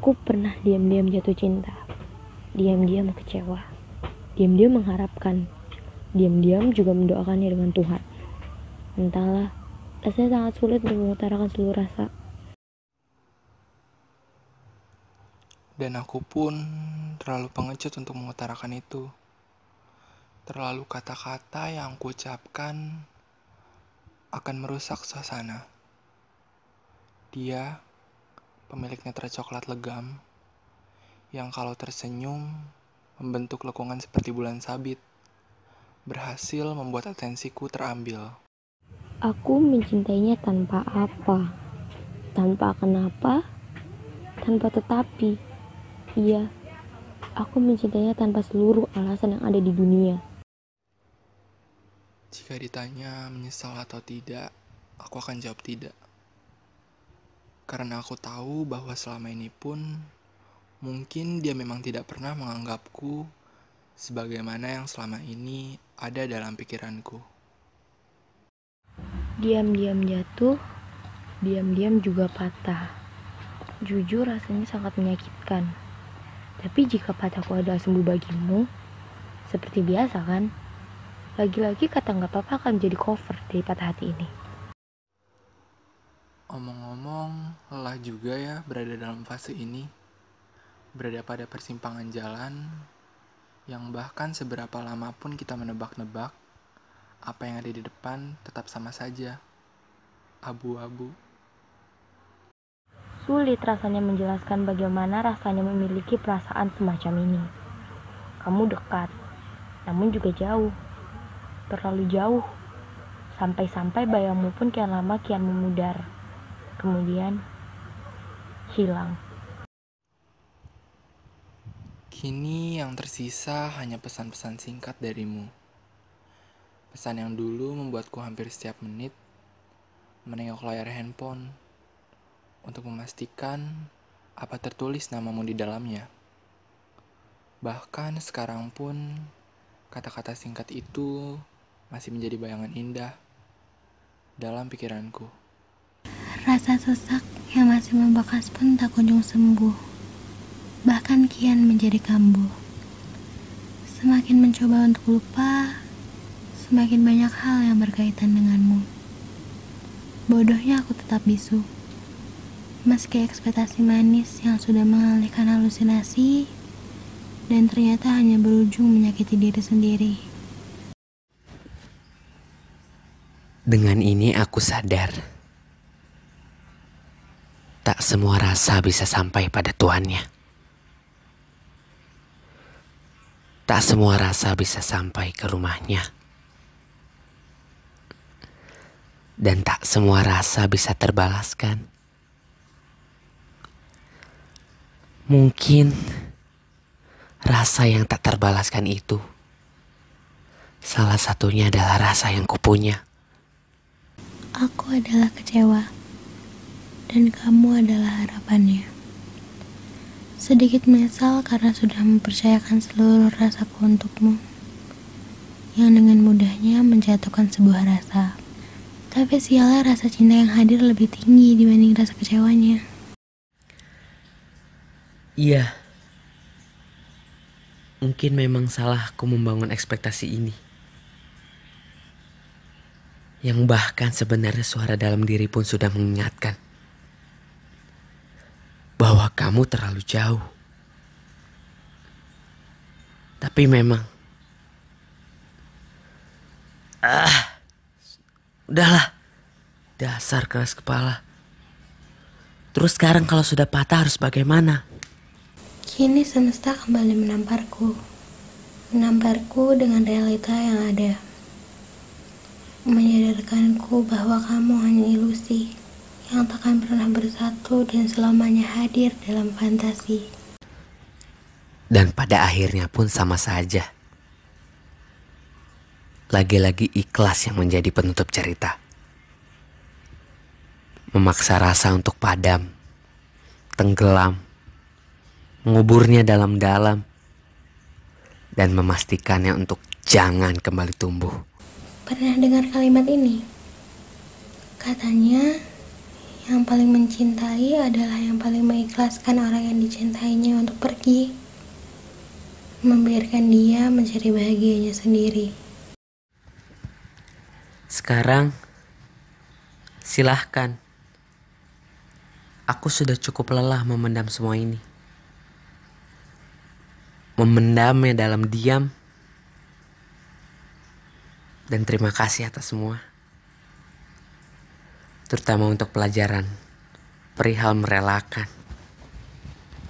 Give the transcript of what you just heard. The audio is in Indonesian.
Aku pernah diam-diam jatuh cinta, diam-diam kecewa, diam-diam mengharapkan, diam-diam juga mendoakannya dengan Tuhan. Entahlah, rasanya sangat sulit untuk mengutarakan seluruh rasa. Dan aku pun terlalu pengecut untuk mengutarakan itu. Terlalu kata-kata yang aku ucapkan akan merusak suasana. Dia, pemilik netra coklat legam, yang kalau tersenyum membentuk lekungan seperti bulan sabit, berhasil membuat atensiku terambil. Aku mencintainya tanpa apa, tanpa kenapa, tanpa tetapi. Iya, aku mencintainya tanpa seluruh alasan yang ada di dunia. Jika ditanya menyesal atau tidak, aku akan jawab tidak. Karena aku tahu bahwa selama ini pun mungkin dia memang tidak pernah menganggapku sebagaimana yang selama ini ada dalam pikiranku. Diam-diam jatuh, diam-diam juga patah. Jujur rasanya sangat menyakitkan. Tapi jika patahku adalah sembuh bagimu, seperti biasa kan? Lagi-lagi kata nggak apa-apa akan menjadi cover dari patah hati ini. Omong-omong, lelah juga ya berada dalam fase ini. Berada pada persimpangan jalan yang bahkan seberapa lama pun kita menebak-nebak, apa yang ada di depan tetap sama saja. Abu-abu. Sulit rasanya menjelaskan bagaimana rasanya memiliki perasaan semacam ini. Kamu dekat, namun juga jauh. Terlalu jauh. Sampai-sampai bayangmu pun kian lama kian memudar. Kemudian hilang. Kini yang tersisa hanya pesan-pesan singkat darimu. Pesan yang dulu membuatku hampir setiap menit menengok layar handphone untuk memastikan apa tertulis namamu di dalamnya. Bahkan sekarang pun kata-kata singkat itu masih menjadi bayangan indah dalam pikiranku. Rasa sesak yang masih membekas pun tak kunjung sembuh, bahkan kian menjadi kambuh. Semakin mencoba untuk lupa, semakin banyak hal yang berkaitan denganmu. Bodohnya aku tetap bisu. Meski ekspektasi manis yang sudah mengalihkan halusinasi, dan ternyata hanya berujung menyakiti diri sendiri. Dengan ini aku sadar, tak semua rasa bisa sampai pada tuannya. Tak semua rasa bisa sampai ke rumahnya. Dan tak semua rasa bisa terbalaskan. Mungkin rasa yang tak terbalaskan itu salah satunya adalah rasa yang kupunya. Aku adalah kecewa, dan kamu adalah harapannya. Sedikit menyesal karena sudah mempercayakan seluruh rasaku untukmu, yang dengan mudahnya menjatuhkan sebuah rasa. Tapi sialnya rasa cinta yang hadir lebih tinggi dibanding rasa kecewanya. Iya, mungkin memang salahku membangun ekspektasi ini. Yang bahkan sebenarnya suara dalam diri pun sudah mengingatkan bahwa kamu terlalu jauh. Tapi memang, udahlah, dasar keras kepala. Terus sekarang kalau sudah patah harus bagaimana? Kini semesta kembali menamparku dengan realita yang ada. Menyadarkanku bahwa kamu hanya ilusi yang takkan pernah bersatu dan selamanya hadir dalam fantasi. Dan pada akhirnya pun sama saja. Lagi-lagi ikhlas yang menjadi penutup cerita. Memaksa rasa untuk padam, tenggelam, menguburnya dalam-dalam, dan memastikannya untuk jangan kembali tumbuh. Pernah dengar kalimat ini? Katanya, Yang paling mencintai adalah yang paling mengikhlaskan orang yang dicintainya untuk pergi. Membiarkan dia mencari bahagianya sendiri. Sekarang, silahkan. Aku sudah cukup lelah memendam semua ini. Memendamnya dalam diam. Dan terima kasih atas semua. Terutama untuk pelajaran perihal merelakan.